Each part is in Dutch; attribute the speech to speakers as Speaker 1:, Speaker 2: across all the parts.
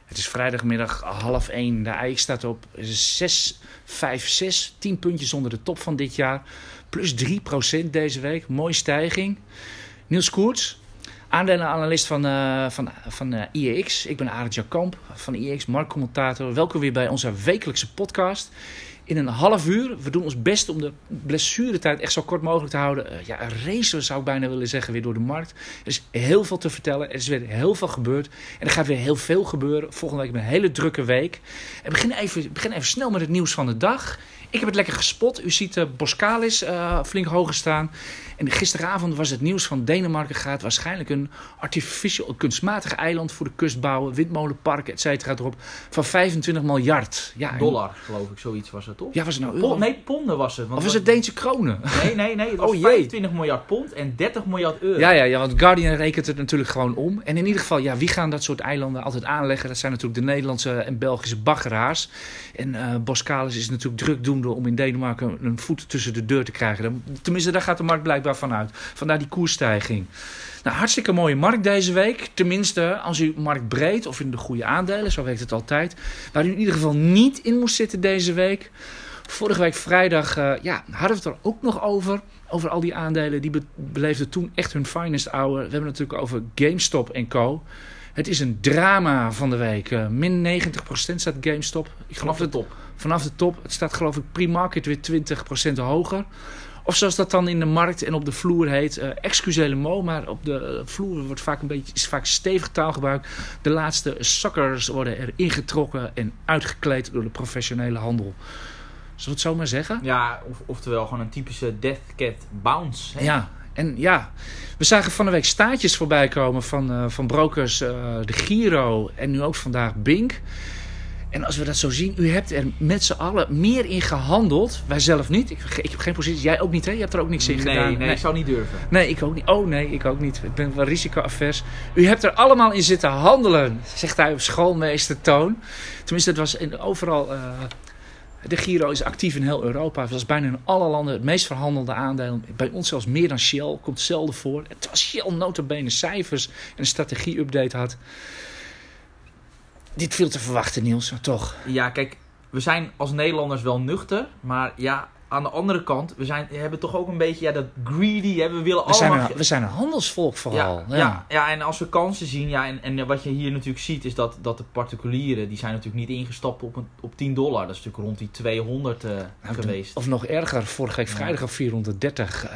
Speaker 1: Het is vrijdagmiddag 12:30. De AX staat op 6,56. 10 puntjes onder de top van dit jaar. Plus 3% deze week. Mooie stijging. Niels Koerts, aandelenanalist van IEX. Ik ben Arend Jakamp van IEX, marktcommentator. Welkom weer bij onze wekelijkse podcast. In een half uur. We doen ons best om de blessuretijd echt zo kort mogelijk te houden. Een race zou ik bijna willen zeggen weer door de markt. Er is heel veel te vertellen. Er is weer heel veel gebeurd. En er gaat weer heel veel gebeuren. Volgende week een hele drukke week. En begin even snel met het nieuws van de dag. Ik heb het lekker gespot. U ziet Boskalis flink hoger staan. En gisteravond was het nieuws van Denemarken gaat waarschijnlijk een kunstmatig eiland voor de kust bouwen. Windmolenparken, et cetera erop. Van 25 miljard. Ja,
Speaker 2: dollar, geloof ik, zoiets was het toch?
Speaker 1: Ja, was het nou euro?
Speaker 2: Nee, ponden was het.
Speaker 1: Of was het Deense kronen?
Speaker 2: Nee. Het was 25 miljard pond en 30 miljard euro.
Speaker 1: Ja, want Guardian rekent het natuurlijk gewoon om. En in ieder geval, wie gaan dat soort eilanden altijd aanleggen? Dat zijn natuurlijk de Nederlandse en Belgische baggeraars. En Boskalis is natuurlijk drukdoende om in Denemarken een voet tussen de deur te krijgen. Tenminste, daar gaat de markt blijkbaar vanuit. Vandaar die koersstijging. Nou, hartstikke mooie markt deze week. Tenminste, als u marktbreed of in de goede aandelen, zo werkt het altijd. Waar u in ieder geval niet in moest zitten deze week. Vorige week vrijdag hadden we het er ook nog over. Over al die aandelen. Die beleefden toen echt hun finest hour. We hebben het natuurlijk over GameStop en Co. Het is een drama van de week. Min 90% staat GameStop.
Speaker 2: Vanaf de top.
Speaker 1: Vanaf de top. Het staat geloof ik pre-market weer 20% hoger. Of zoals dat dan in de markt en op de vloer heet, excusez-le-mot, maar op de vloer wordt is vaak stevig taalgebruik. De laatste suckers worden er ingetrokken en uitgekleed door de professionele handel. Zullen we het zo maar zeggen?
Speaker 2: Ja, oftewel gewoon een typische death cat bounce. Hè?
Speaker 1: Ja, en we zagen van de week staartjes voorbij komen van brokers, de Giro en nu ook vandaag Bink. En als we dat zo zien, u hebt er met z'n allen meer in gehandeld. Wij zelf niet. Ik heb geen positie. Jij ook niet, hè? Je hebt er ook niks in gedaan.
Speaker 2: Nee, ik zou niet durven.
Speaker 1: Nee, ik ook niet. Oh nee, ik ook niet. Ik ben wel risico-avers. U hebt er allemaal in zitten handelen, zegt hij op schoolmeestertoon. Tenminste, het was overal... De Giro is actief in heel Europa. Het was bijna in alle landen het meest verhandelde aandeel. Bij ons zelfs meer dan Shell. Komt zelden voor. Het was Shell nota bene cijfers en een strategie-update had. Dit viel te verwachten, Niels, toch?
Speaker 2: Ja, kijk, we zijn als Nederlanders wel nuchter. Maar ja, aan de andere kant, we hebben toch ook een beetje dat greedy. Hè?
Speaker 1: We zijn een handelsvolk vooral.
Speaker 2: Ja, en als we kansen zien, en wat je hier natuurlijk ziet, is dat de particulieren, die zijn natuurlijk niet ingestapt op $10. Dat is natuurlijk rond die 200 geweest.
Speaker 1: Of nog erger, vorige week vrijdag op 430.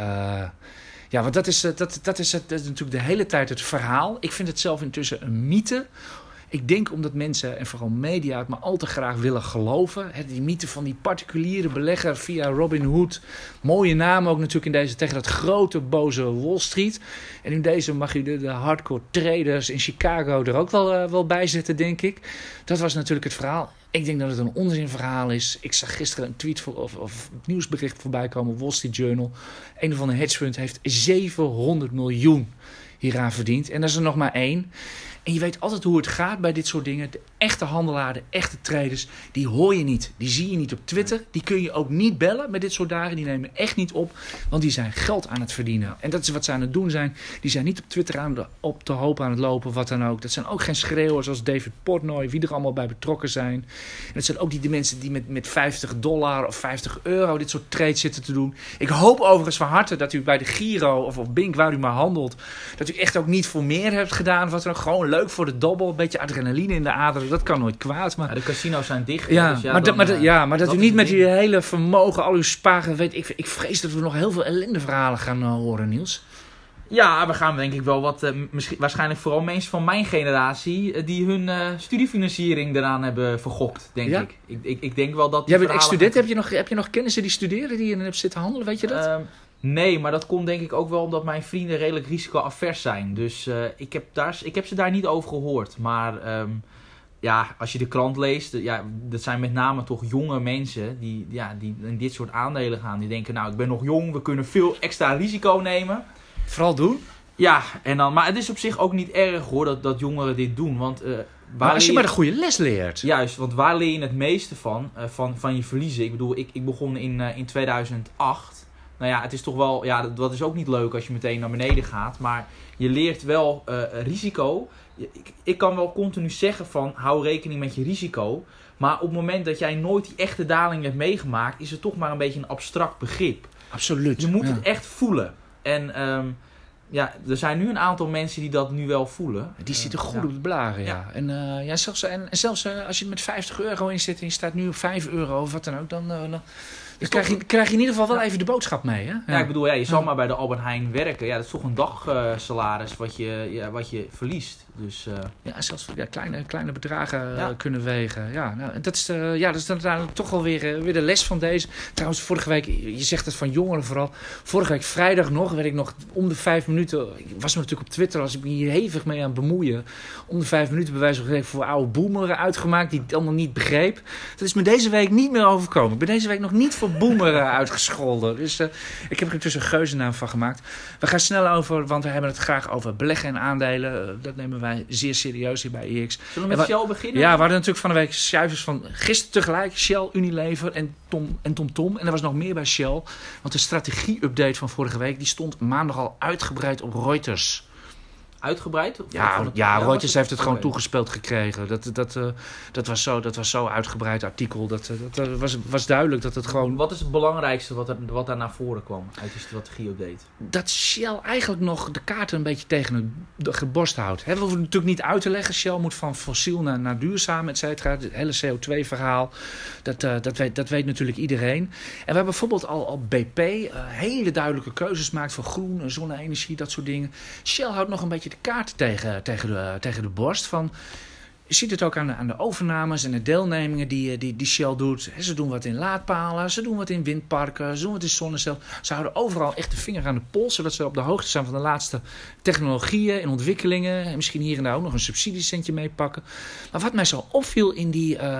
Speaker 1: Want dat is natuurlijk de hele tijd het verhaal. Ik vind het zelf intussen een mythe. Ik denk omdat mensen en vooral media het maar al te graag willen geloven. Die mythe van die particuliere belegger via Robinhood. Mooie naam ook natuurlijk tegen dat grote boze Wall Street. En in deze mag u de hardcore traders in Chicago er ook wel bij zetten, denk ik. Dat was natuurlijk het verhaal. Ik denk dat het een onzinverhaal is. Ik zag gisteren een tweet of nieuwsbericht voorbij komen. Wall Street Journal. Een of andere hedge fund heeft 700 miljoen hieraan verdiend. En dat is er nog maar één. En je weet altijd hoe het gaat bij dit soort dingen. De echte handelaren, de echte traders, die hoor je niet. Die zie je niet op Twitter. Die kun je ook niet bellen met dit soort dagen. Die nemen echt niet op, want die zijn geld aan het verdienen. En dat is wat ze aan het doen zijn. Die zijn niet op Twitter op de hoop aan het lopen, wat dan ook. Dat zijn ook geen schreeuwers als David Portnoy, wie er allemaal bij betrokken zijn. En dat zijn ook niet de mensen die met $50 of €50 dit soort trades zitten te doen. Ik hoop overigens van harte dat u bij de Giro of Bink, waar u maar handelt, dat u echt ook niet voor meer hebt gedaan. Wat dan ook gewoon leuk voor de dobbel, een beetje adrenaline in de aderen, dat kan nooit kwaad. Maar
Speaker 2: de casino's zijn dicht.
Speaker 1: Ja,
Speaker 2: dus
Speaker 1: maar dat u niet met uw hele vermogen, al uw sparen, weet ik vrees dat we nog heel veel ellendeverhalen gaan horen, Niels.
Speaker 2: Ja, we gaan denk ik wel wat, waarschijnlijk vooral mensen van mijn generatie, die hun studiefinanciering eraan hebben vergokt, denk ik. Ik denk wel dat...
Speaker 1: Jij bent ex-student, heb je nog kennissen die studeren, die je hebt zitten handelen, weet je dat?
Speaker 2: Nee, maar dat komt denk ik ook wel omdat mijn vrienden redelijk risico-avers zijn. Dus ik heb ze daar niet over gehoord. Maar als je de krant leest, dat zijn met name toch jonge mensen die in dit soort aandelen gaan. Die denken, nou, ik ben nog jong, we kunnen veel extra risico nemen.
Speaker 1: Vooral doen?
Speaker 2: Ja, maar het is op zich ook niet erg hoor, dat jongeren dit doen. Want,
Speaker 1: maar als je maar de goede les leert.
Speaker 2: Juist, want waar leer je het meeste van je verliezen? Ik bedoel, ik begon in 2008... nou ja, het is toch wel, ja, dat is ook niet leuk als je meteen naar beneden gaat. Maar je leert wel risico. Ik kan wel continu zeggen van, hou rekening met je risico. Maar op het moment dat jij nooit die echte daling hebt meegemaakt, is het toch maar een beetje een abstract begrip.
Speaker 1: Absoluut.
Speaker 2: Je moet het echt voelen. En ja, er zijn nu een aantal mensen die dat nu wel voelen.
Speaker 1: Die zitten goed op de blaren, ja. En zelfs als je met €50 in zit en je staat nu op €5 of wat dan ook, dan krijg je in ieder geval wel even de boodschap mee. Hè?
Speaker 2: Ja, ik bedoel, je zal maar bij de Albert Heijn werken. Ja, dat is toch een dagsalaris wat je verliest. Dus,
Speaker 1: ja, zelfs kleine bedragen kunnen wegen. Ja, nou, dat is dan toch wel weer de les van deze. Trouwens, vorige week, je zegt het van jongeren vooral. Vorige week vrijdag nog, werd ik nog om de 5 minuten... Ik was natuurlijk op Twitter, als ik me hier hevig mee aan het bemoeien. Om de 5 minuten bij wijze van spreken voor oude boomer uitgemaakt, die het allemaal niet begreep. Dat is me deze week niet meer overkomen. Ik ben deze week nog niet voor boomer uitgescholden. Dus ik heb er intussen een geuzennaam van gemaakt. We gaan snel over, want we hebben het graag over beleggen en aandelen. Dat nemen wij zeer serieus hier bij EX.
Speaker 2: Zullen we met Shell beginnen?
Speaker 1: Ja, we hadden natuurlijk van de week cijfers van gisteren tegelijk. Shell, Unilever en TomTom. En er was nog meer bij Shell. Want de strategie-update van vorige week, die stond maandag al uitgebreid op Reuters.
Speaker 2: Uitgebreid?
Speaker 1: Reuters heeft het gewoon toegespeeld gekregen. Dat was zo uitgebreid artikel. Dat was duidelijk dat het gewoon...
Speaker 2: Wat is het belangrijkste wat daar naar voren kwam uit die strategie-update?
Speaker 1: Dat Shell eigenlijk nog de kaarten een beetje tegen de geborst houdt. We hoeven het natuurlijk niet uit te leggen. Shell moet van fossiel naar duurzaam, et cetera. Het hele CO2-verhaal. Dat weet natuurlijk iedereen. En we hebben bijvoorbeeld al BP hele duidelijke keuzes maakt voor groen, zonne-energie, dat soort dingen. Shell houdt nog een beetje de kaart tegen de borst. Je ziet het ook aan de overnames en de deelnemingen die Shell doet. Ze doen wat in laadpalen, ze doen wat in windparken, ze doen wat in zonnecel. Ze houden overal echt de vinger aan de pols, zodat ze op de hoogte zijn van de laatste technologieën en ontwikkelingen. En misschien hier en daar ook nog een subsidiecentje meepakken. Maar wat mij zo opviel in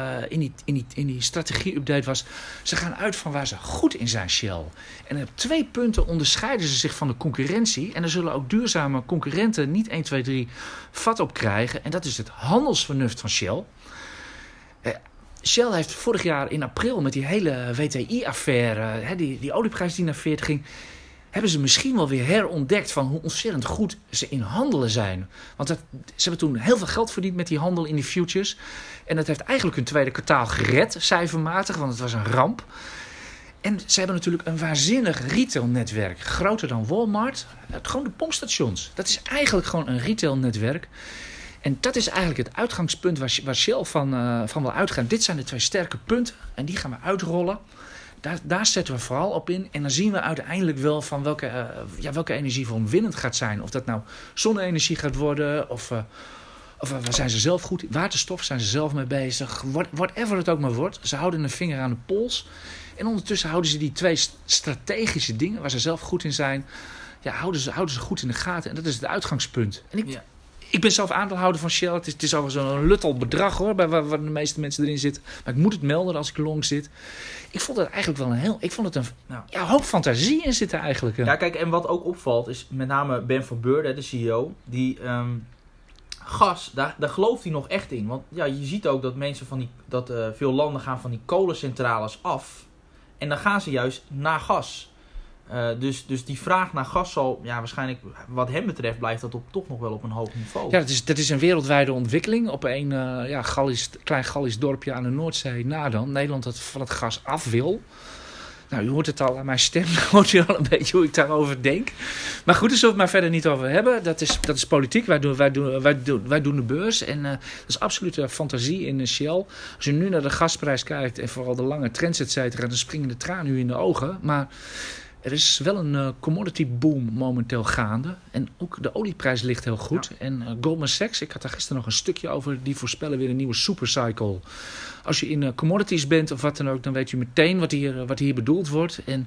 Speaker 1: die strategie-update was, ze gaan uit van waar ze goed in zijn, Shell. En op 2 punten onderscheiden ze zich van de concurrentie. En er zullen ook duurzame concurrenten niet 1, 2, 3 vat op krijgen. En dat is het handelsvernuft van Shell. Shell heeft vorig jaar in april met die hele WTI-affaire, die olieprijs die naar 40 ging, hebben ze misschien wel weer herontdekt van hoe ontzettend goed ze in handelen zijn. Want ze hebben toen heel veel geld verdiend met die handel in die futures. En dat heeft eigenlijk hun tweede kwartaal gered, cijfermatig, want het was een ramp. En ze hebben natuurlijk een waanzinnig retailnetwerk. Groter dan Walmart. Gewoon de pompstations. Dat is eigenlijk gewoon een retailnetwerk. En dat is eigenlijk het uitgangspunt waar Shell van wil uitgaan. Dit zijn de 2 sterke punten. En die gaan we uitrollen. Daar zetten we vooral op in. En dan zien we uiteindelijk wel van welke energievorm winnend gaat zijn. Of dat nou zonne-energie gaat worden. Of waar zijn ze zelf goed? Waterstof zijn ze zelf mee bezig. Whatever het ook maar wordt. Ze houden een vinger aan de pols. En ondertussen houden ze die 2 strategische dingen waar ze zelf goed in zijn. Ja, houden ze goed in de gaten. En dat is het uitgangspunt. En ik ben zelf aandeelhouder van Shell. Het is al zo'n luttel bedrag hoor, waar de meeste mensen erin zitten. Maar ik moet het melden als ik long zit. Ik vond het eigenlijk wel een hoop fantasie in zitten eigenlijk.
Speaker 2: Ja, kijk, en wat ook opvalt is met name Ben van Beurden, de CEO, die gas, daar gelooft hij nog echt in. Want ja, je ziet ook dat mensen veel landen gaan van die kolencentrales af. En dan gaan ze juist naar gas. Dus die vraag naar gas zal, waarschijnlijk wat hem betreft, blijft dat toch nog wel op een hoog niveau.
Speaker 1: Ja, dat is een wereldwijde ontwikkeling. Op een klein Gallisch dorpje aan de Noordzee dan Nederland dat van het gas af wil. Nou, u hoort het al aan mijn stem. Dan hoort u al een beetje hoe ik daarover denk. Maar goed, daar zullen we het maar verder niet over hebben. Dat is politiek. Wij doen de beurs. En dat is absolute fantasie in Shell. Als u nu naar de gasprijs kijkt en vooral de lange trends, et cetera, dan springen de tranen u in de ogen. Maar er is wel een commodity boom momenteel gaande. En ook de olieprijs ligt heel goed. Ja. En Goldman Sachs, ik had daar gisteren nog een stukje over, die voorspellen weer een nieuwe supercycle. Als je in commodities bent of wat dan ook, dan weet je meteen wat hier bedoeld wordt. En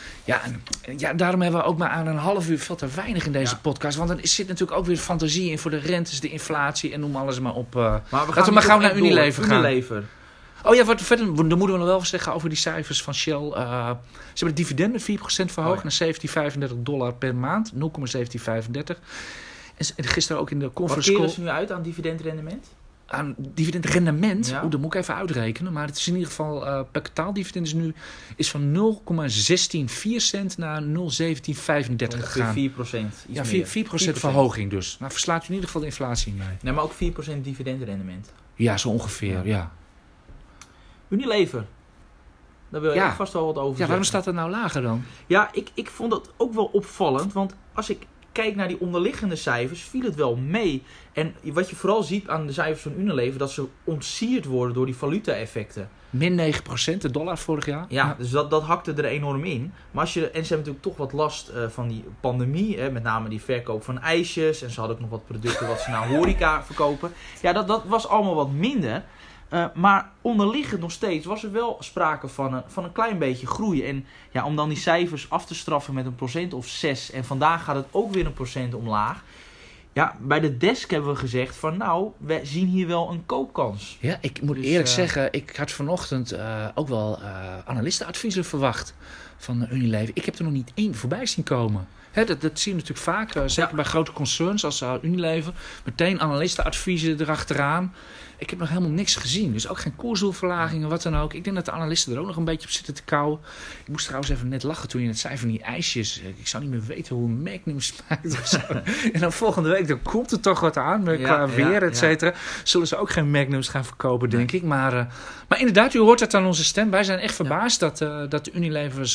Speaker 1: daarom hebben we ook maar aan een half uur veel te weinig in deze podcast. Want dan zit natuurlijk ook weer fantasie in voor de rentes, de inflatie en noem alles maar op. Laten we maar gauw naar Unilever gaan. Oh ja, wat verder, dan moeten we nog wel zeggen over die cijfers van Shell. Ze hebben het dividend met 4% verhoogd naar $17,35 per maand. 0,1735. En gisteren ook in de conference call.
Speaker 2: Wat keren ze nu uit aan dividendrendement?
Speaker 1: aan dividendrendement,
Speaker 2: Ja.
Speaker 1: dat moet ik even uitrekenen, maar het is in ieder geval per kwartaaldividend is van 0,164 cent naar 0,1735 gegaan.
Speaker 2: 4%.
Speaker 1: Ja, 4% verhoging dus. Nou, verslaat u in ieder geval de inflatie mee.
Speaker 2: Nee, maar ook 4% dividendrendement.
Speaker 1: Ja, zo ongeveer, ja.
Speaker 2: Unilever. Daar wil je
Speaker 1: Ja.
Speaker 2: ook vast wel wat over
Speaker 1: Ja, waarom
Speaker 2: zeggen.
Speaker 1: staat het nou lager dan?
Speaker 2: Ja, ik vond dat ook wel opvallend. Want als ik kijk naar die onderliggende cijfers, viel het wel mee. En wat je vooral ziet aan de cijfers van Unilever, dat ze ontsierd worden door die valuta-effecten.
Speaker 1: Min 9%, de dollar vorig jaar.
Speaker 2: Ja, dus dat hakte er enorm in. Maar en ze hebben natuurlijk toch wat last van die pandemie. Met name die verkoop van ijsjes. En ze hadden ook nog wat producten wat ze naar horeca verkopen. Ja, dat was allemaal wat minder. Maar onderliggend nog steeds was er wel sprake van een klein beetje groei. En ja, om dan die cijfers af te straffen met 1% of 6. En vandaag gaat het ook weer 1% omlaag. Ja, bij de desk hebben we gezegd van nou, we zien hier wel een koopkans.
Speaker 1: Ja, ik moet
Speaker 2: Dus,
Speaker 1: eerlijk zeggen, ik had vanochtend ook wel analistenadviezen verwacht van Unilever. Ik heb er nog niet één voorbij zien komen. Hè, dat zie je natuurlijk vaak, zeker bij grote concerns als Unilever. Meteen analistenadviezen erachteraan. Ik heb nog helemaal niks gezien. Dus ook geen koersdoelverlagingen, wat dan ook. Ik denk dat de analisten er ook nog een beetje op zitten te kauwen. Ik moest trouwens even net lachen toen je het zei van die ijsjes. Ik zou niet meer weten hoe een Magnum smaakt of zo. En dan volgende week, dan komt er toch wat aan qua weer, et cetera. Zullen ze ook geen Magnums gaan verkopen, denk ik. Maar inderdaad, u hoort het aan onze stem. Wij zijn echt verbaasd dat de Unilever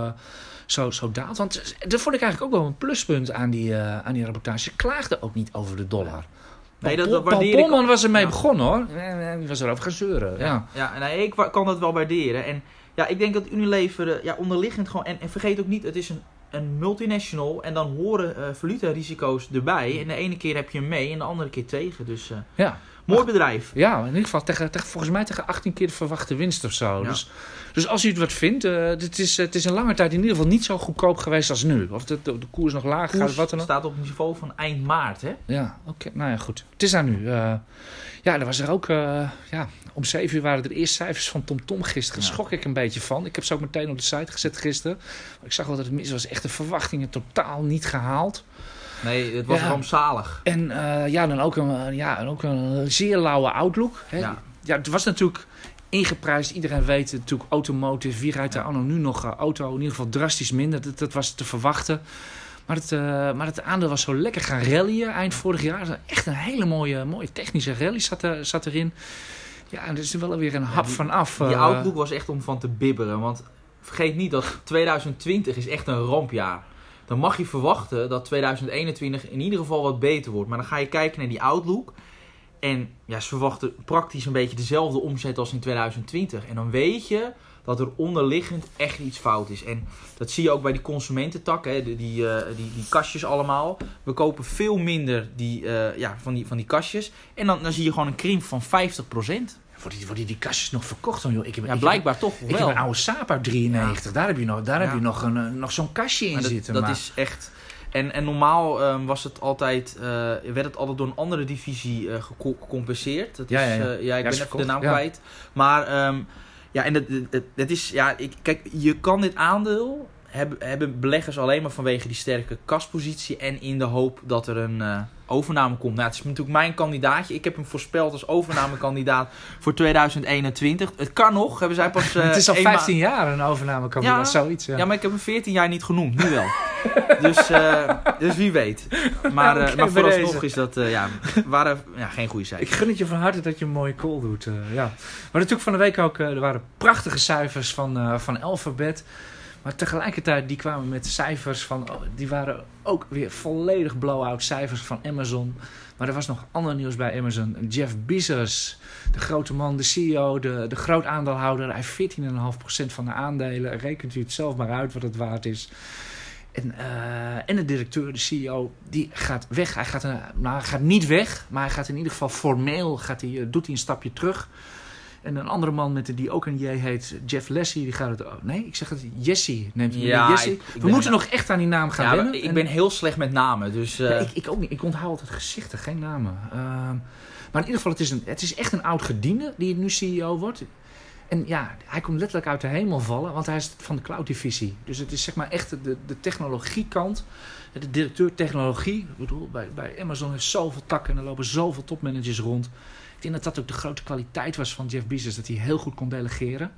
Speaker 1: zo daalt. Want dat vond ik eigenlijk ook wel een pluspunt aan die rapportage. Ze klaagden ook niet over de dollar.
Speaker 2: Nee,
Speaker 1: Paul
Speaker 2: dat waardeer ik.
Speaker 1: Polman was ermee begonnen hoor. Die was erover gaan zeuren. Ja.
Speaker 2: Nee, ik kan dat wel waarderen. En ja, ik denk dat Unilever onderliggend gewoon... En vergeet ook niet, het is een multinational. En dan horen valutarisico's erbij. En de ene keer heb je hem mee en de andere keer tegen. Dus mooi bedrijf.
Speaker 1: Ja, in ieder geval volgens mij tegen 18 keer de verwachte winst of zo.
Speaker 2: Ja.
Speaker 1: Dus als u het wat vindt, het is een lange tijd in ieder geval niet zo goedkoop geweest als nu. Of de koers nog laag gaat, wat dan ook.
Speaker 2: Staat op het niveau van eind maart, hè?
Speaker 1: Ja, oké. Nou ja, goed. Het is daar nu. Er was er ook... om 7 uur waren er eerst cijfers van TomTom gisteren. Daar schrok ik een beetje van. Ik heb ze ook meteen op de site gezet gisteren. Ik zag wel dat het mis was. Echt de verwachtingen totaal niet gehaald.
Speaker 2: Nee, het was rampzalig.
Speaker 1: En dan ook een zeer lauwe outlook. Hè. Ja, het was natuurlijk ingeprijsd. Iedereen weet natuurlijk automotive. Wie rijdt daar anno nu nog auto? In ieder geval drastisch minder. Dat was te verwachten. Maar het aandeel was zo lekker gaan rallyen eind vorig jaar. Echt een hele mooie technische rally zat erin. Ja, en er is er wel weer een hap van af.
Speaker 2: Die outlook was echt om van te bibberen. Want vergeet niet dat 2020 is echt een rampjaar. Dan mag je verwachten dat 2021 in ieder geval wat beter wordt. Maar dan ga je kijken naar die outlook. En ja, ze verwachten praktisch een beetje dezelfde omzet als in 2020. En dan weet je dat er onderliggend echt iets fout is. En dat zie je ook bij die consumententak. Hè, die kastjes allemaal. We kopen veel minder van die kastjes. En dan zie je gewoon een krimp van 50%.
Speaker 1: Worden die kastjes nog verkocht dan, joh?
Speaker 2: Blijkbaar toch wel.
Speaker 1: Ik heb een oude Saab uit 93. Daar heb je nog zo'n kastje in zitten.
Speaker 2: Dat is echt... En normaal werd het altijd door een andere divisie gecompenseerd. Ik ben even de naam kwijt. Maar dat is... Ja, kijk, je kan dit aandeel hebben beleggers alleen maar vanwege die sterke kaspositie en in de hoop dat er een overname komt. Nou, het is natuurlijk mijn kandidaatje. Ik heb hem voorspeld als overnamekandidaat voor 2021. Het kan nog. Hebben zij pas...
Speaker 1: het is al 15 jaar een overnamekandidaat, zoiets.
Speaker 2: Ja, maar ik heb hem 14 jaar niet genoemd. Nu wel. Dus wie weet. Maar vooralsnog is dat... waren geen goede cijfers.
Speaker 1: Ik gun het je van harte dat je een mooie call doet. Maar natuurlijk van de week ook... er waren prachtige cijfers van Alphabet. Maar tegelijkertijd, die kwamen met cijfers van... die waren ook weer volledig blow-out cijfers van Amazon. Maar er was nog ander nieuws bij Amazon. Jeff Bezos, de grote man, de CEO, de groot aandeelhouder. Hij heeft 14,5% van de aandelen. Rekent u het zelf maar uit wat het waard is. En de directeur, de CEO, die gaat weg. Hij gaat niet weg, maar hij gaat in ieder geval formeel doet hij een stapje terug. En een andere man die ook een J heet, Jeff Lassie, die gaat het... Oh, nee, ik zeg het, Jesse neemt hij. Ja, Jesse. We moeten nog echt aan die naam gaan wennen.
Speaker 2: Ik ben heel slecht met namen, dus...
Speaker 1: Ik ook niet. Ik onthoud altijd gezichten, geen namen. Maar in ieder geval, het is echt een oud gediende die nu CEO wordt. En ja, hij komt letterlijk uit de hemel vallen, want hij is van de cloud-divisie. Dus het is zeg maar echt de technologiekant. De directeur technologie. Ik bedoel, bij Amazon heeft zoveel takken en er lopen zoveel topmanagers rond. Ik denk dat dat ook de grote kwaliteit was van Jeff Bezos, dat hij heel goed kon delegeren.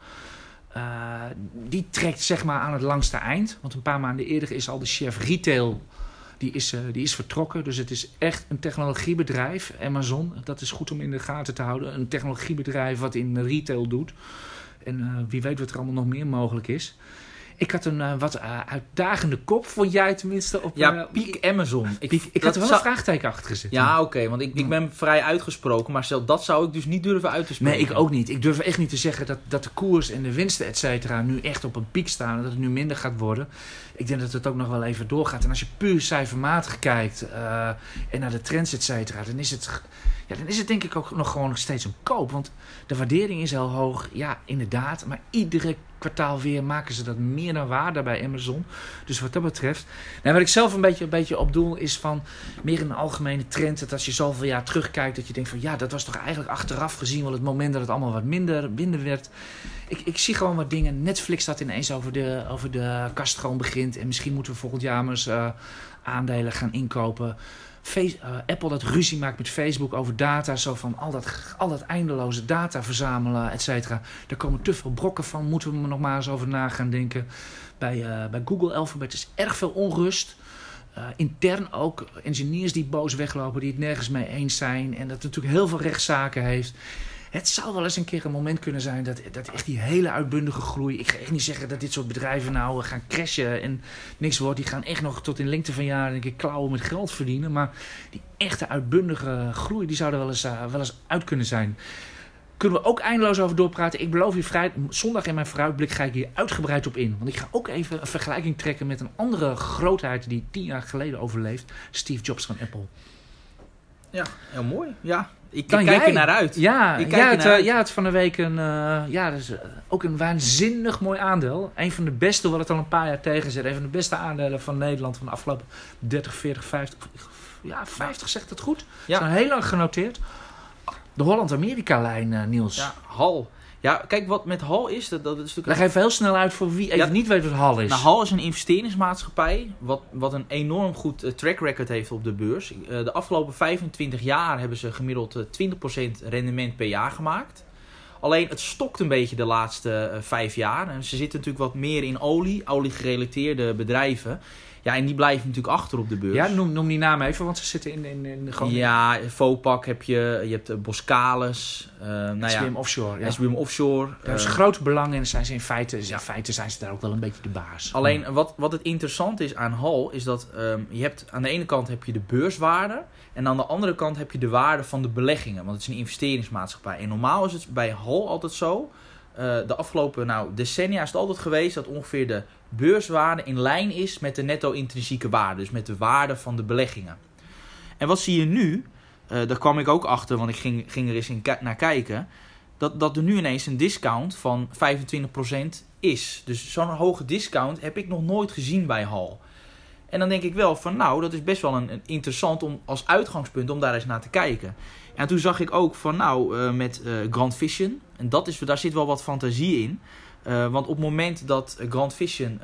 Speaker 1: Die trekt zeg maar aan het langste eind. Want een paar maanden eerder is al de chef retail, die is vertrokken. Dus het is echt een technologiebedrijf, Amazon. Dat is goed om in de gaten te houden. Een technologiebedrijf wat in retail doet. En wie weet wat er allemaal nog meer mogelijk is. Ik had een wat uitdagende kop, vond jij tenminste.
Speaker 2: Peak Amazon.
Speaker 1: Ik had er wel een vraagteken achter gezet.
Speaker 2: Ja, oké, want ik ben vrij uitgesproken, maar zelfs dat zou ik dus niet durven uit te spreken.
Speaker 1: Nee, ik ook niet. Ik durf echt niet te zeggen dat de koers en de winsten, et cetera, nu echt op een piek staan en dat het nu minder gaat worden. Ik denk dat het ook nog wel even doorgaat. En als je puur cijfermatig kijkt en naar de trends, et cetera, dan is het denk ik ook nog steeds een koop. Want de waardering is heel hoog. Ja, inderdaad. Maar iedere kwartaal weer maken ze dat meer dan waar bij Amazon. Dus wat dat betreft. Nou, wat ik zelf een beetje op doel is van meer een algemene trend. Dat als je zoveel jaar terugkijkt, dat je denkt van ja, dat was toch eigenlijk achteraf gezien wel het moment dat het allemaal wat minder werd. Ik zie gewoon wat dingen. Netflix dat ineens over de kast gewoon begint. En misschien moeten we volgend jaar maar eens aandelen gaan inkopen. Apple dat ruzie maakt met Facebook over data. Zo van al dat eindeloze data verzamelen, et cetera. Daar komen te veel brokken van. Moeten we er nog maar eens over na gaan denken. Bij Google Alphabet is erg veel onrust. Intern ook engineers die boos weglopen, die het nergens mee eens zijn. En dat natuurlijk heel veel rechtszaken heeft. Het zou wel eens een keer een moment kunnen zijn dat echt die hele uitbundige groei. Ik ga echt niet zeggen dat dit soort bedrijven nou gaan crashen en niks wordt. Die gaan echt nog tot in lengte van jaren denk ik klauwen met geld verdienen. Maar die echte uitbundige groei, die zou er wel eens uit kunnen zijn. Kunnen we ook eindeloos over doorpraten. Ik beloof je zondag in mijn vooruitblik ga ik hier uitgebreid op in. Want ik ga ook even een vergelijking trekken met een andere grootheid die 10 jaar geleden overleeft. Steve Jobs van Apple.
Speaker 2: Ja, heel mooi. Ja. Ik kijk er naar uit.
Speaker 1: Ja, het van de week dat is ook een waanzinnig mooi aandeel. Een van de beste, wat het al een paar jaar tegen zit. Een van de beste aandelen van Nederland van de afgelopen 30, 40, 50. Ja, 50 zegt het goed. Ja. Zijn heel lang genoteerd. De Holland-Amerika-lijn, Niels.
Speaker 2: Ja, HAL. Ja, kijk, wat met HAL is, dat is natuurlijk...
Speaker 1: Leg even heel snel uit voor wie even niet weet wat HAL is.
Speaker 2: Nou, HAL is een investeringsmaatschappij wat een enorm goed track record heeft op de beurs. De afgelopen 25 jaar hebben ze gemiddeld 20% rendement per jaar gemaakt. Alleen het stokt een beetje de laatste 5 jaar. En ze zitten natuurlijk wat meer in olie-gerelateerde bedrijven. Ja, en die blijven natuurlijk achter op de beurs.
Speaker 1: Ja, noem die naam even, want ze zitten in gewoon...
Speaker 2: Ja, Vopak heb je hebt Boskalis.
Speaker 1: SBM Offshore. Ja.
Speaker 2: SBM Offshore.
Speaker 1: Daar hebben ze grote belang in. Zijn ze in feite zijn ze daar ook wel een beetje de baas.
Speaker 2: Alleen, wat het interessant is aan HAL, is dat je hebt aan de ene kant heb je de beurswaarde. En aan de andere kant heb je de waarde van de beleggingen. Want het is een investeringsmaatschappij. En normaal is het bij HAL altijd zo. De afgelopen decennia is het altijd geweest dat ongeveer de beurswaarde in lijn is met de netto-intrinsieke waarde. Dus met de waarde van de beleggingen. En wat zie je nu? Daar kwam ik ook achter, want ik ging er eens naar kijken. Dat er nu ineens een discount van 25% is. Dus zo'n hoge discount heb ik nog nooit gezien bij HAL. En dan denk ik wel van dat is best wel een interessant om als uitgangspunt om daar eens naar te kijken. En toen zag ik ook van met Grand Vision. En daar zit wel wat fantasie in. Want op het moment dat Grand Vision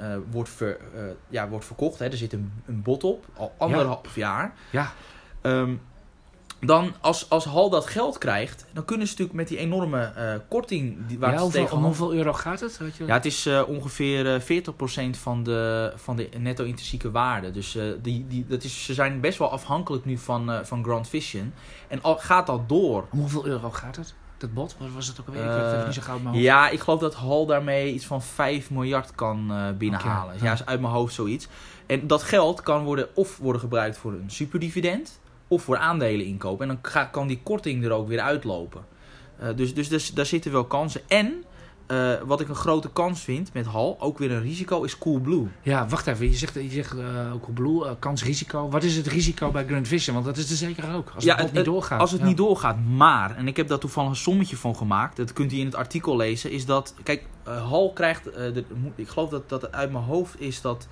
Speaker 2: wordt verkocht, er zit een bod op, al 1,5 jaar. Ja. Dan als HAL dat geld krijgt, dan kunnen ze natuurlijk met die enorme korting...
Speaker 1: Om hoeveel euro gaat het? Weet je?
Speaker 2: Ja, het is ongeveer 40% van de netto-intrinsieke waarde. Dus ze zijn best wel afhankelijk nu van Grand Vision. En gaat dat door...
Speaker 1: Om hoeveel euro gaat het? Dat bod? Wat was het ook alweer? Ik weet het even niet zo gauw uit mijn hoofd.
Speaker 2: Ja, ik geloof dat HAL daarmee iets van 5 miljard kan binnenhalen. Okay. Ja, is uit mijn hoofd zoiets. En dat geld kan worden gebruikt voor een superdividend of voor aandelen inkopen. En dan kan die korting er ook weer uitlopen. Dus daar zitten wel kansen. En wat ik een grote kans vind met HAL, ook weer een risico, is Coolblue.
Speaker 1: Ja, wacht even. Je zegt Coolblue, kans-risico. Wat is het risico bij Grand Vision? Want dat is er zeker ook. Als het niet doorgaat.
Speaker 2: Als het niet doorgaat. Maar, en ik heb daar toevallig een sommetje van gemaakt. Dat kunt u in het artikel lezen. Is dat, kijk, HAL krijgt, ik geloof dat het uit mijn hoofd is dat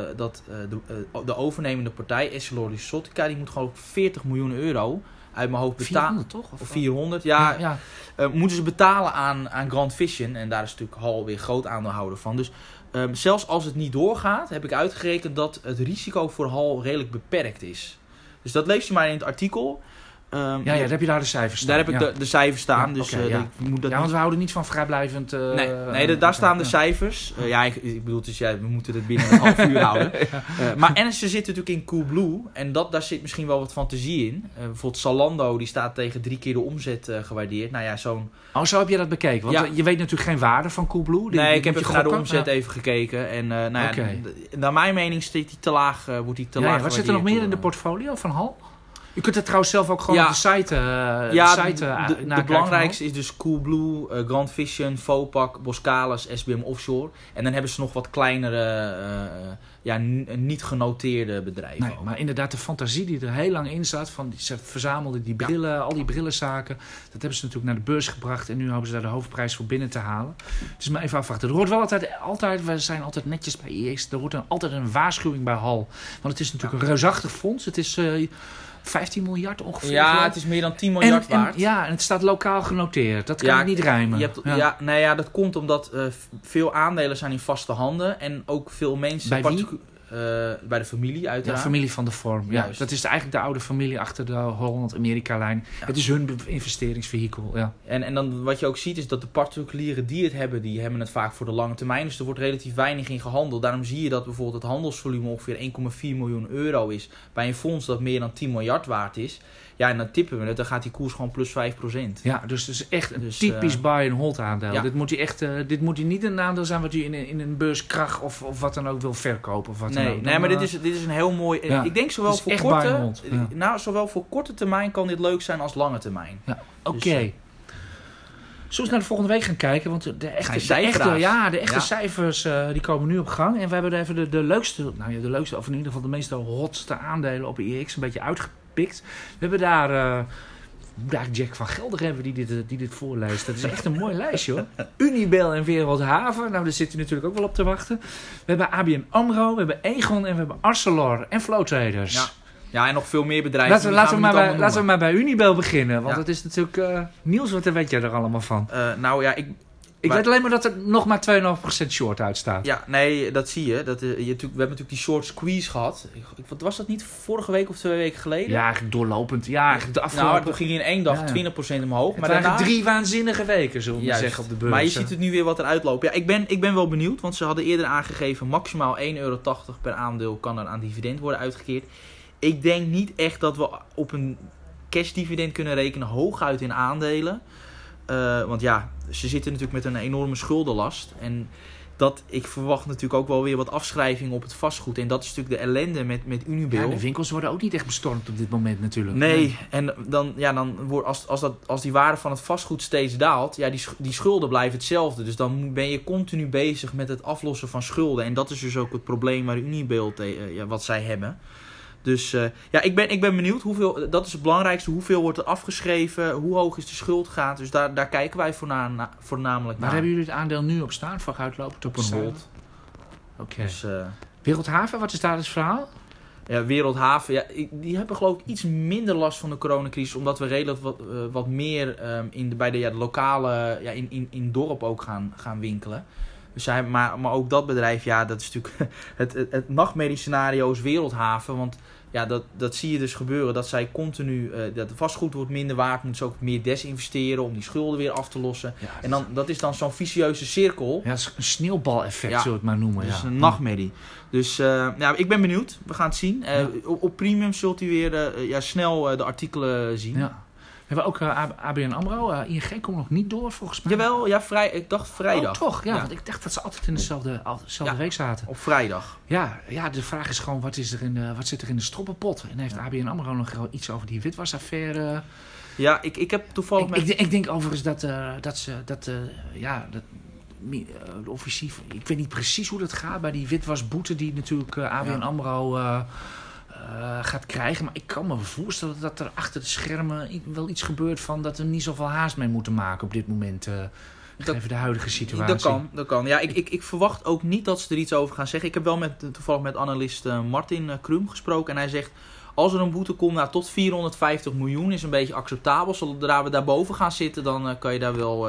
Speaker 2: de overnemende partij, EssilorLuxottica, die moet gewoon 40 miljoen euro uit mijn hoofd betalen.
Speaker 1: 400 toch?
Speaker 2: Of 400, ja. Moeten ze betalen aan Grand Vision. En daar is natuurlijk HAL weer groot aandeelhouder van. Dus zelfs als het niet doorgaat, heb ik uitgerekend dat het risico voor HAL redelijk beperkt is. Dus dat lees je maar in het artikel.
Speaker 1: daar heb je daar de cijfers staan.
Speaker 2: Daar heb ik de cijfers staan.
Speaker 1: Ja,
Speaker 2: dus
Speaker 1: okay,
Speaker 2: ik moet dat
Speaker 1: want we houden niet van vrijblijvend...
Speaker 2: daar staan de cijfers. Ik bedoel, dus we moeten het binnen een half uur houden. En ze zitten natuurlijk in Coolblue. En daar zit misschien wel wat fantasie in. Bijvoorbeeld Zalando, die staat tegen 3 keer de omzet gewaardeerd. Nou ja, zo'n...
Speaker 1: Oh, zo heb je dat bekeken? Want je weet natuurlijk geen waarde van Coolblue.
Speaker 2: Ik heb even naar de omzet even gekeken. En naar mijn mening wordt die te laag gewaardeerd.
Speaker 1: Wat zit er nog meer in de portfolio van HAL? Je kunt het trouwens zelf ook gewoon op de site
Speaker 2: de belangrijkste is dus Coolblue, Grand Vision, Vopak, Boskalis, SBM Offshore. En dan hebben ze nog wat kleinere, niet genoteerde bedrijven.
Speaker 1: Nee, maar inderdaad de fantasie die er heel lang in zat. Ze verzamelden die brillen, al die brillenzaken. Dat hebben ze natuurlijk naar de beurs gebracht. En nu hopen ze daar de hoofdprijs voor binnen te halen. Dus maar even afwachten. Er hoort wel altijd, we zijn altijd netjes bij IEX. Er hoort altijd een waarschuwing bij HAL. Want het is natuurlijk een reusachtig fonds. Het is... 15 miljard ongeveer.
Speaker 2: Ja, het is meer dan 10 miljard waard.
Speaker 1: En het staat lokaal genoteerd. Dat kan niet rijmen.
Speaker 2: Dat komt omdat veel aandelen zijn in vaste handen. En ook veel mensen...
Speaker 1: Bij wie?
Speaker 2: Bij de familie uiteraard.
Speaker 1: Ja, familie van de Vorm. Ja, dat is eigenlijk de oude familie achter de Holland-Amerika-lijn. Ja. Het is hun investeringsvehikel. Ja.
Speaker 2: En dan wat je ook ziet is dat de particulieren die hebben het vaak voor de lange termijn. Dus er wordt relatief weinig in gehandeld. Daarom zie je dat bijvoorbeeld het handelsvolume ongeveer 1,4 miljoen euro is. Bij een fonds dat meer dan 10 miljard waard is. Ja, en dan tippen we het. Dan gaat die koers gewoon plus 5%.
Speaker 1: Ja, dus het is echt een typisch buy-and-hold aandeel. Ja. Dit moet niet een aandeel zijn wat u in een beurskracht of wat dan ook wil verkopen. Of wat
Speaker 2: maar dit is een heel mooi... Ik denk zowel voor korte termijn kan dit leuk zijn als lange termijn.
Speaker 1: Ja, oké. Zullen we naar de volgende week gaan kijken? Want de echte cijfers die komen nu op gang. En we hebben er even de leukste, of in ieder geval de meest hotste aandelen op IEX een beetje uitgepikt. We hebben daar... Jack van Gelder hebben die dit voorleest. Dat is echt een mooi lijstje hoor. Unibail en Wereldhaven. Nou, daar zit u natuurlijk ook wel op te wachten. We hebben ABN AMRO, we hebben Egon en we hebben Arcelor en Flow Traders.
Speaker 2: Ja, en nog veel meer bedrijven.
Speaker 1: Laten we maar bij Unibail beginnen. Want dat is natuurlijk... Niels, wat weet jij er allemaal van? Ik weet alleen maar dat er nog maar 2,5% short uitstaat.
Speaker 2: Ja, nee, dat zie je. We hebben natuurlijk die short squeeze gehad. Wat was dat niet? Vorige week of 2 weken geleden?
Speaker 1: Ja, eigenlijk doorlopend. Ja, eigenlijk de afgelopen...
Speaker 2: toen ging je in 1 dag 20% omhoog.
Speaker 1: Maar daarna 3 waanzinnige weken, zullen we zeggen, op de beurs.
Speaker 2: Maar je ziet het nu weer wat eruit lopen. Ja, ik ben wel benieuwd, want ze hadden eerder aangegeven... maximaal €1,80 per aandeel kan er aan dividend worden uitgekeerd. Ik denk niet echt dat we op een cashdividend kunnen rekenen, hooguit in aandelen. Want ze zitten natuurlijk met een enorme schuldenlast. En ik verwacht natuurlijk ook wel weer wat afschrijving op het vastgoed. En dat is natuurlijk de ellende met Unibail.
Speaker 1: Ja, de winkels worden ook niet echt bestormd op dit moment natuurlijk.
Speaker 2: Nee, en dan wordt als die waarde van het vastgoed steeds daalt, die schulden blijven hetzelfde. Dus dan ben je continu bezig met het aflossen van schulden. En dat is dus ook het probleem waar Unibail wat zij hebben. Dus ik ben benieuwd. Dat is het belangrijkste. Hoeveel wordt er afgeschreven? Hoe hoog is de schuldgraad? Dus daar kijken wij voornamelijk naar.
Speaker 1: Waar hebben jullie het aandeel nu op staan? Voor uitlopend op een hold. Oké.
Speaker 2: Dus,
Speaker 1: Wereldhaven, wat is daar het verhaal?
Speaker 2: Ja, Wereldhaven. Die hebben geloof ik iets minder last van de coronacrisis. Omdat we redelijk wat meer bij de lokale... in dorp ook gaan winkelen. Dus maar ook dat bedrijf, dat is natuurlijk het nachtmerriescenario is Wereldhaven. Want dat zie je dus gebeuren. Dat zij continu, dat de vastgoed wordt minder waard. Moeten ze ook meer desinvesteren om die schulden weer af te lossen. Ja, en dat is dan zo'n vicieuze cirkel.
Speaker 1: Ja, een sneeuwbaleffect zullen we het maar noemen.
Speaker 2: Dus een nachtmerrie. Dus ik ben benieuwd. We gaan het zien. Op Premium zult u weer snel de artikelen zien.
Speaker 1: Ja. We hebben ook ABN AMRO. ING komt nog niet door volgens mij.
Speaker 2: Jawel, ik dacht vrijdag.
Speaker 1: Oh, toch? Ja, want ik dacht dat ze altijd in dezelfde week zaten.
Speaker 2: Op vrijdag.
Speaker 1: Ja, de vraag is gewoon, wat zit er in de stroppenpot? En heeft ABN AMRO nog iets over die witwasaffaire?
Speaker 2: Ja, ik heb toevallig...
Speaker 1: Ik denk overigens de officier... Ik weet niet precies hoe dat gaat bij die witwasboete die natuurlijk ABN AMRO... gaat krijgen. Maar ik kan me voorstellen dat er achter de schermen wel iets gebeurt van dat er niet zoveel haast mee moeten maken op dit moment. Even de huidige situatie.
Speaker 2: Dat kan. Ja, ik verwacht ook niet dat ze er iets over gaan zeggen. Ik heb wel toevallig met analist Martin Krum gesproken. En hij zegt, als er een boete komt tot 450 miljoen is een beetje acceptabel. Zodra we daarboven gaan zitten, dan kan je daar wel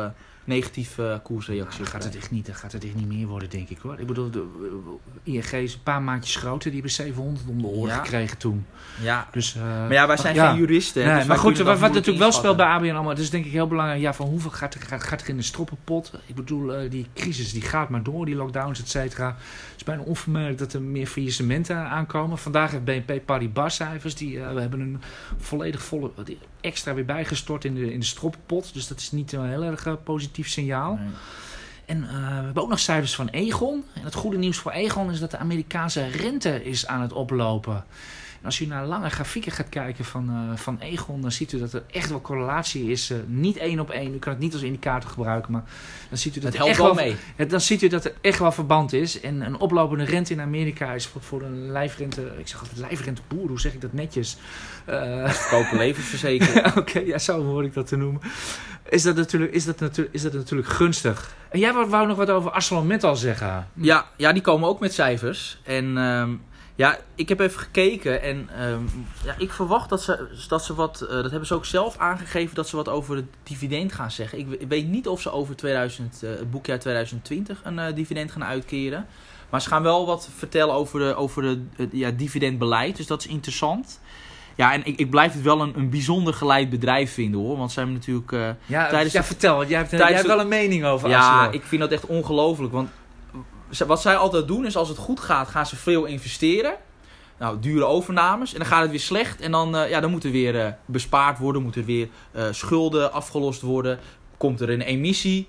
Speaker 2: negatieve koersreactie.
Speaker 1: Gaat het echt niet meer worden, denk ik hoor. Ik bedoel, de ING is een paar maandjes groter. Die hebben 700 om de oren gekregen toen.
Speaker 2: Ja,
Speaker 1: dus,
Speaker 2: maar ja, wij zijn geen juristen.
Speaker 1: Nee,
Speaker 2: dus
Speaker 1: maar goed, wat natuurlijk wel speelt bij ABN AMRO, dat is denk ik heel belangrijk. Ja, van hoeveel gaat er in de stroppenpot? Ik bedoel, die crisis die gaat maar door, die lockdowns, et cetera. Het is bijna onvermijdelijk dat er meer faillissementen aankomen. Vandaag heeft BNP Paribas cijfers. We hebben een volledig extra weer bijgestort in de stroppenpot. Dus dat is niet een heel erg positief signaal. Nee. En we hebben ook nog cijfers van Aegon. En het goede nieuws voor Aegon is dat de Amerikaanse rente is aan het oplopen. En als u naar lange grafieken gaat kijken van Aegon, dan ziet u dat er echt wel correlatie is. Niet 1 op 1. U kan het niet als indicator gebruiken, maar dan ziet u dat
Speaker 2: het helpt wel mee.
Speaker 1: Dan ziet u dat er echt wel verband is. En een oplopende rente in Amerika is voor een lijfrente. Ik zeg altijd lijfrenteboer, hoe zeg ik dat netjes?
Speaker 2: Verkopen levensverzekering.
Speaker 1: Oké, ja, zo hoor ik dat te noemen. Is dat natuurlijk gunstig. En jij wou nog wat over ArcelorMittal zeggen.
Speaker 2: Ja, die komen ook met cijfers. En ik heb even gekeken. En ik verwacht dat ze wat... dat hebben ze ook zelf aangegeven, dat ze wat over het dividend gaan zeggen. Ik weet niet of ze over het boekjaar 2020 een dividend gaan uitkeren. Maar ze gaan wel wat vertellen over het dividendbeleid. Dus dat is interessant. Ja, en ik blijf het wel een bijzonder geleid bedrijf vinden hoor. Want ze hebben natuurlijk...
Speaker 1: vertel. Want jij hebt wel een mening over Arcelor.
Speaker 2: Ja, ik vind dat echt ongelooflijk. Want wat zij altijd doen is als het goed gaat, gaan ze veel investeren. Nou, dure overnames. En dan gaat het weer slecht. En dan moet er weer bespaard worden. Moeten er weer schulden afgelost worden. Komt er een emissie.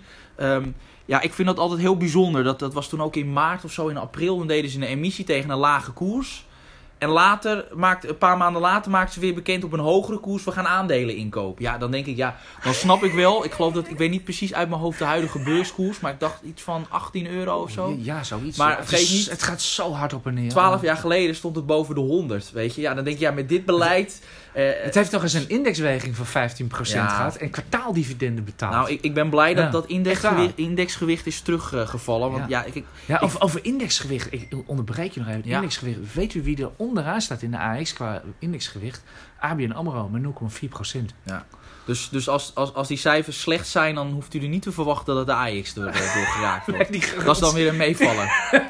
Speaker 2: Ik vind dat altijd heel bijzonder. Dat was toen ook in maart of zo, in april. Dan deden ze een emissie tegen een lage koers. En een paar maanden later maakten ze weer bekend op een hogere koers. We gaan aandelen inkopen. Ja, dan denk ik, dan snap ik wel. Ik weet niet precies uit mijn hoofd de huidige beurskoers. Maar ik dacht iets van €18 of zo.
Speaker 1: Ja, zoiets.
Speaker 2: Maar
Speaker 1: het gaat zo hard op en neer.
Speaker 2: 12 jaar geleden stond het boven de 100. Weet je, dan denk je, met dit beleid...
Speaker 1: het heeft nog eens een indexweging van 15% gehad. En kwartaaldividenden betaald.
Speaker 2: Nou, ik ben blij dat indexgewicht is teruggevallen. Want
Speaker 1: over indexgewicht. Ik onderbreek je nog even. Indexgewicht. Weet u wie er onderaan staat in de AX qua indexgewicht? ABN AMRO met 0,4%. Ja.
Speaker 2: Dus als die cijfers slecht zijn, dan hoeft u er niet te verwachten dat de AX doorgeraakt wordt.
Speaker 1: Nee,
Speaker 2: dat is dan weer een meevaller.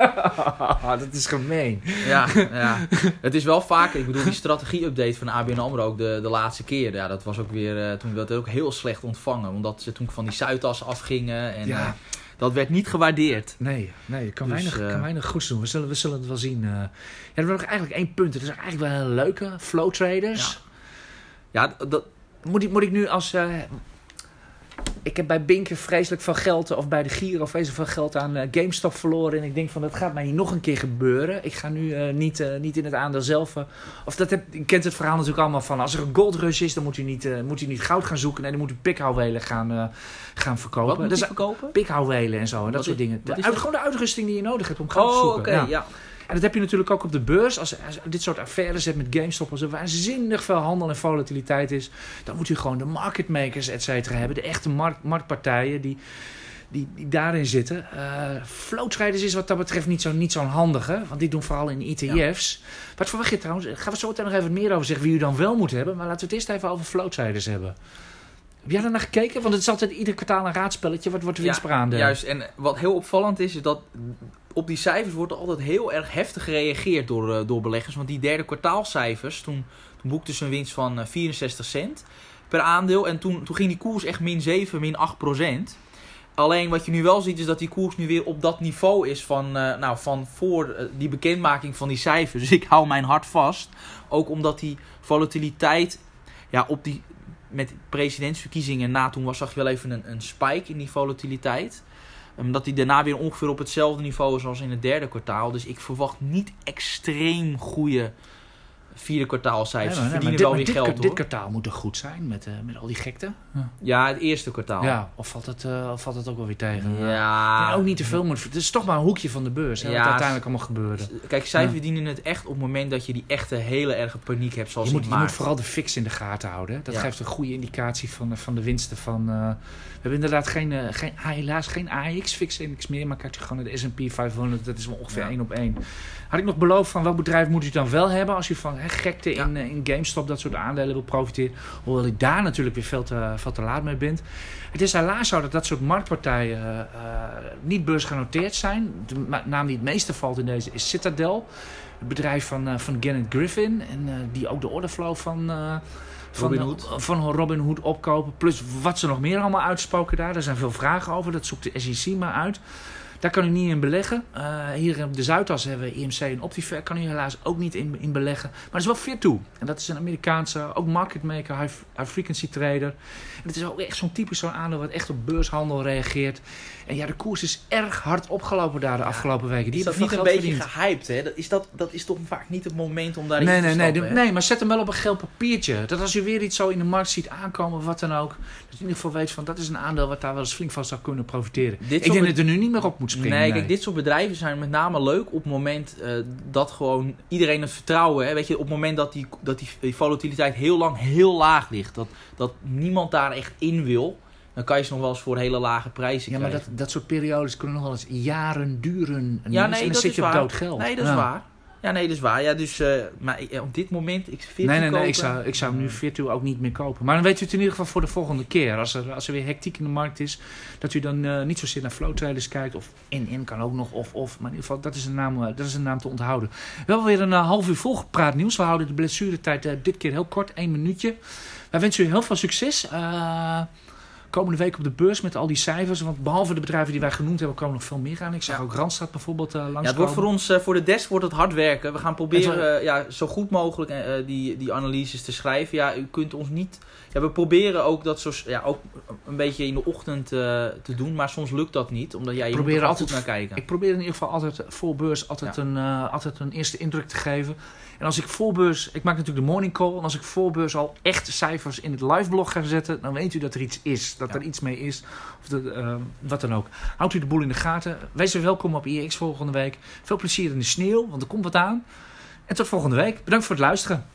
Speaker 1: Dat is gemeen.
Speaker 2: Ja. Het is wel vaker. Ik bedoel, die strategie-update van ABN AMRO ook de laatste keer. Ja, dat was ook weer... toen werd het ook heel slecht ontvangen. Omdat ze toen van die Zuidas afgingen. En dat werd niet gewaardeerd.
Speaker 1: Nee, kan weinig goeds doen. We zullen het wel zien. Er was nog eigenlijk 1 punt. Het is eigenlijk wel een leuke. Flow traders.
Speaker 2: Ja, dat...
Speaker 1: Moet ik nu als... ik heb bij Binker vreselijk veel geld... of bij de Giro vreselijk veel geld aan GameStop verloren... en ik denk van, dat gaat mij niet nog een keer gebeuren. Ik ga nu niet in het aandeel zelf... je kent het verhaal natuurlijk allemaal van... als er een goldrush is, dan moet u niet goud gaan zoeken... nee, dan moet u pikhouwelen gaan verkopen.
Speaker 2: Wat moet u verkopen?
Speaker 1: Pikhouwelen en zo, en dat soort dingen. Gewoon de uitrusting die je nodig hebt om goud te zoeken.
Speaker 2: Oké, ja.
Speaker 1: En dat heb je natuurlijk ook op de beurs. Als dit soort affaires hebt met GameStop... als er waanzinnig veel handel en volatiliteit is... dan moet u gewoon de market makers, et cetera, hebben. De echte marktpartijen die daarin zitten. Flow traders is wat dat betreft niet zo'n handige. Want die doen vooral in ETF's. Ja. Wat verwacht je trouwens? Gaan we zo meteen nog even meer over zeggen... wie u dan wel moet hebben. Maar laten we het eerst even over flow traders hebben. Heb jij daar naar gekeken? Want het is altijd ieder kwartaal een raadspelletje. Wat wordt de winst per aandeel?
Speaker 2: Juist. En wat heel opvallend is dat... op die cijfers wordt er altijd heel erg heftig gereageerd door beleggers. Want die derde kwartaalcijfers, toen boekten ze een winst van 64 cent per aandeel. En toen ging die koers echt -7, -8%. Alleen wat je nu wel ziet is dat die koers nu weer op dat niveau is van voor die bekendmaking van die cijfers. Dus ik hou mijn hart vast. Ook omdat die volatiliteit met presidentsverkiezingen na toen zag je wel even een spike in die volatiliteit. Dat die daarna weer ongeveer op hetzelfde niveau is als in het derde kwartaal. Dus ik verwacht niet extreem goede vierde kwartaalcijfers. Ze verdienen wel weer geld hoor.
Speaker 1: Dit kwartaal moet er goed zijn met al die gekte.
Speaker 2: Ja, het eerste kwartaal.
Speaker 1: Ja, of valt het ook wel weer tegen?
Speaker 2: Ja.
Speaker 1: En ook niet te veel moet. Het is toch maar een hoekje van de beurs. Wat uiteindelijk allemaal gebeurde.
Speaker 2: Kijk, zij verdienen het echt op het moment dat je die echte hele erge paniek hebt. Zoals
Speaker 1: je moet vooral de fix in de gaten houden. Dat geeft een goede indicatie van de winsten van... we hebben inderdaad helaas geen AX-fix-index meer. Maar kijk gewoon naar de S&P 500. Dat is wel ongeveer 1 op 1. Had ik nog beloofd van welk bedrijf moet u dan wel hebben? Als u van... gekte in GameStop, dat soort aandelen wil profiteren. Hoewel ik daar natuurlijk weer veel te laat mee ben. Het is helaas zo dat soort marktpartijen niet beursgenoteerd zijn. De naam die het meeste valt in deze is Citadel. Het bedrijf van Gannett Griffin. En die ook de orderflow van Robinhood opkopen. Plus wat ze nog meer allemaal uitspoken daar. Er zijn veel vragen over. Dat zoekt de SEC maar uit. Daar kan u niet in beleggen. Hier op de Zuidas hebben we IMC en Optiver. Kan u helaas ook niet in beleggen. Maar er is wel Virtu. En dat is een Amerikaanse, ook market maker, high frequency trader. En het is ook echt zo'n typisch zo'n aandeel wat echt op beurshandel reageert. En ja, de koers is erg hard opgelopen daar de afgelopen weken. Die
Speaker 2: is dat niet een beetje gehyped, hè? Dat is toch vaak niet het moment om daarin te stappen,
Speaker 1: nee, maar zet hem wel op een geel papiertje. Dat als u weer iets zo in de markt ziet aankomen, wat dan ook. Dat u in ieder geval weet van, dat is een aandeel wat daar wel eens flink van zou kunnen profiteren. Ik denk dat er nu niet meer op moet springen.
Speaker 2: Nee, kijk, dit soort bedrijven zijn met name leuk op het moment dat gewoon iedereen het vertrouwen, hè, weet je, op het moment dat die volatiliteit heel lang heel laag ligt. Dat niemand daar echt in wil. Dan kan je ze nog wel eens voor hele lage prijzen krijgen.
Speaker 1: Ja, maar dat soort periodes kunnen nog wel eens jaren duren.
Speaker 2: Ja, nee, dat is waar.
Speaker 1: Dood geld.
Speaker 2: Nee, dat is waar. Ja, nee, dat is waar. Ja, dus, maar op dit moment,
Speaker 1: Nee, ik zou nu Virtu ook niet meer kopen. Maar dan weet u het in ieder geval voor de volgende keer. Als er weer hectiek in de markt is, dat u dan niet zozeer naar flow traders kijkt. Of in kan ook nog, of. Maar in ieder geval, dat is een naam te onthouden. We hebben weer een half uur volgepraat nieuws. We houden de blessuretijd dit keer heel kort, 1 minuutje. Wij wensen u heel veel succes. Komende week op de beurs met al die cijfers. Want behalve de bedrijven die wij genoemd hebben, komen nog veel meer aan. Ik zag ook Randstad bijvoorbeeld langskomen.
Speaker 2: Ja, het wordt voor ons, voor de desk wordt het hard werken. We gaan proberen zo goed mogelijk die analyses te schrijven. Ja, u kunt ons niet... Ja, we proberen ook dat ook een beetje in de ochtend te doen. Maar soms lukt dat niet. Omdat je moet er altijd naar kijken.
Speaker 1: Ik probeer in ieder geval altijd voor beurs altijd een eerste indruk te geven. En als ik voorbeurs, ik maak natuurlijk de morning call. En als ik voorbeurs al echt cijfers in het liveblog ga zetten, dan weet u dat er iets is. Dat er iets mee is. Of wat dan ook. Houdt u de boel in de gaten. Wees weer welkom op IEX volgende week. Veel plezier in de sneeuw, want er komt wat aan. En tot volgende week. Bedankt voor het luisteren.